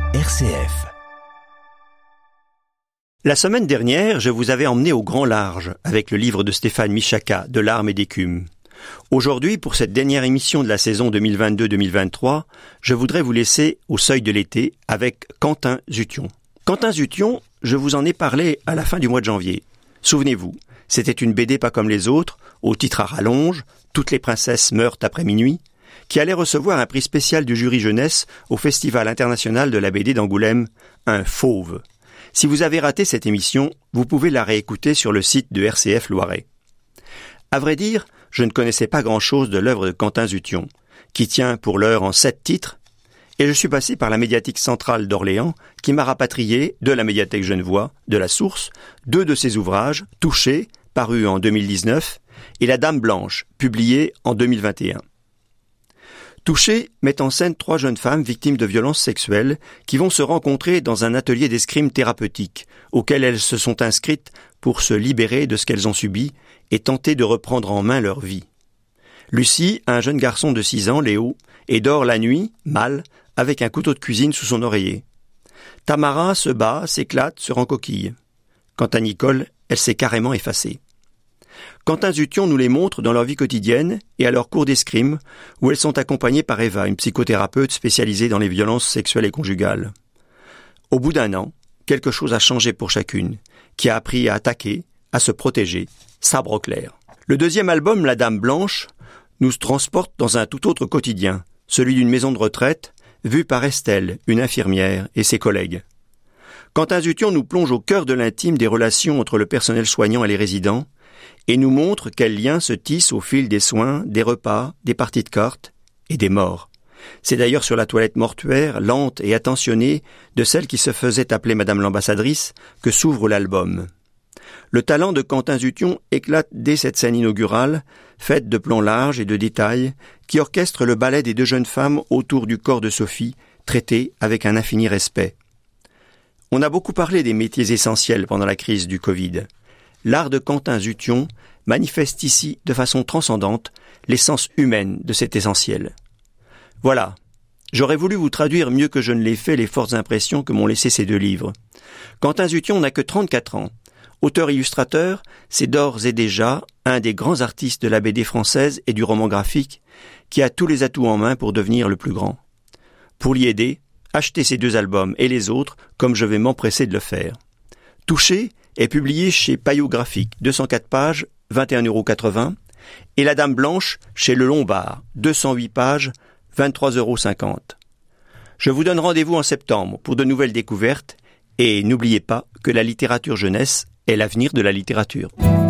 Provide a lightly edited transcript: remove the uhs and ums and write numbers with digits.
RCF. La semaine dernière, je vous avais emmené au grand large avec le livre de Stéphane Michaka, De larmes et d'écume. Aujourd'hui, pour cette dernière émission de la saison 2022-2023, je voudrais vous laisser au seuil de l'été avec Quentin Zution. Quentin Zution, je vous en ai parlé à la fin du mois de janvier. Souvenez-vous, c'était une BD pas comme les autres, au titre à rallonge, Toutes les princesses meurent après minuit, qui allait recevoir un prix spécial du jury jeunesse au Festival international de la BD d'Angoulême, un fauve. Si vous avez raté cette émission, vous pouvez la réécouter sur le site de RCF Loiret. À vrai dire, je ne connaissais pas grand-chose de l'œuvre de Quentin Zution, qui tient pour l'heure en 7 titres, et je suis passé par la médiathèque centrale d'Orléans, qui m'a rapatrié de la médiathèque Genevois, de la Source, 2 de ses ouvrages, Touché, paru en 2019, et La Dame Blanche, publié en 2021. Touché met en scène 3 jeunes femmes victimes de violences sexuelles qui vont se rencontrer dans un atelier d'escrime thérapeutique auquel elles se sont inscrites pour se libérer de ce qu'elles ont subi et tenter de reprendre en main leur vie. Lucie a un jeune garçon de 6 ans, Léo, et dort la nuit, mal, avec un couteau de cuisine sous son oreiller. Tamara se bat, s'éclate, se rend coquille. Quant à Nicole, elle s'est carrément effacée. Quentin Zution nous les montre dans leur vie quotidienne et à leur cours d'escrime, où elles sont accompagnées par Eva, une psychothérapeute spécialisée dans les violences sexuelles et conjugales. Au bout d'1 an, quelque chose a changé pour chacune, qui a appris à attaquer, à se protéger, sabre au clair. Le deuxième album, La Dame Blanche, nous transporte dans un tout autre quotidien, celui d'une maison de retraite, vue par Estelle, une infirmière, et ses collègues. Quentin Zution nous plonge au cœur de l'intime des relations entre le personnel soignant et les résidents, et nous montre quels liens se tissent au fil des soins, des repas, des parties de cartes et des morts. C'est d'ailleurs sur la toilette mortuaire, lente et attentionnée, de celle qui se faisait appeler Madame l'ambassadrice, que s'ouvre l'album. Le talent de Quentin Zution éclate dès cette scène inaugurale, faite de plans larges et de détails, qui orchestre le ballet des 2 jeunes femmes autour du corps de Sophie, traité avec un infini respect. On a beaucoup parlé des métiers essentiels pendant la crise du Covid. L'art de Quentin Zution manifeste ici de façon transcendante l'essence humaine de cet essentiel. Voilà, j'aurais voulu vous traduire mieux que je ne l'ai fait les fortes impressions que m'ont laissé ces 2 livres. Quentin Zution n'a que 34 ans. Auteur-illustrateur, c'est d'ores et déjà un des grands artistes de la BD française et du roman graphique qui a tous les atouts en main pour devenir le plus grand. Pour l'y aider, achetez ces 2 albums et les autres comme je vais m'empresser de le faire. Touché est publié chez Payot Graphique, 204 pages, 21,80 €, et La Dame Blanche chez Le Lombard, 208 pages, 23,50 €. Je vous donne rendez-vous en septembre pour de nouvelles découvertes, et n'oubliez pas que la littérature jeunesse est l'avenir de la littérature.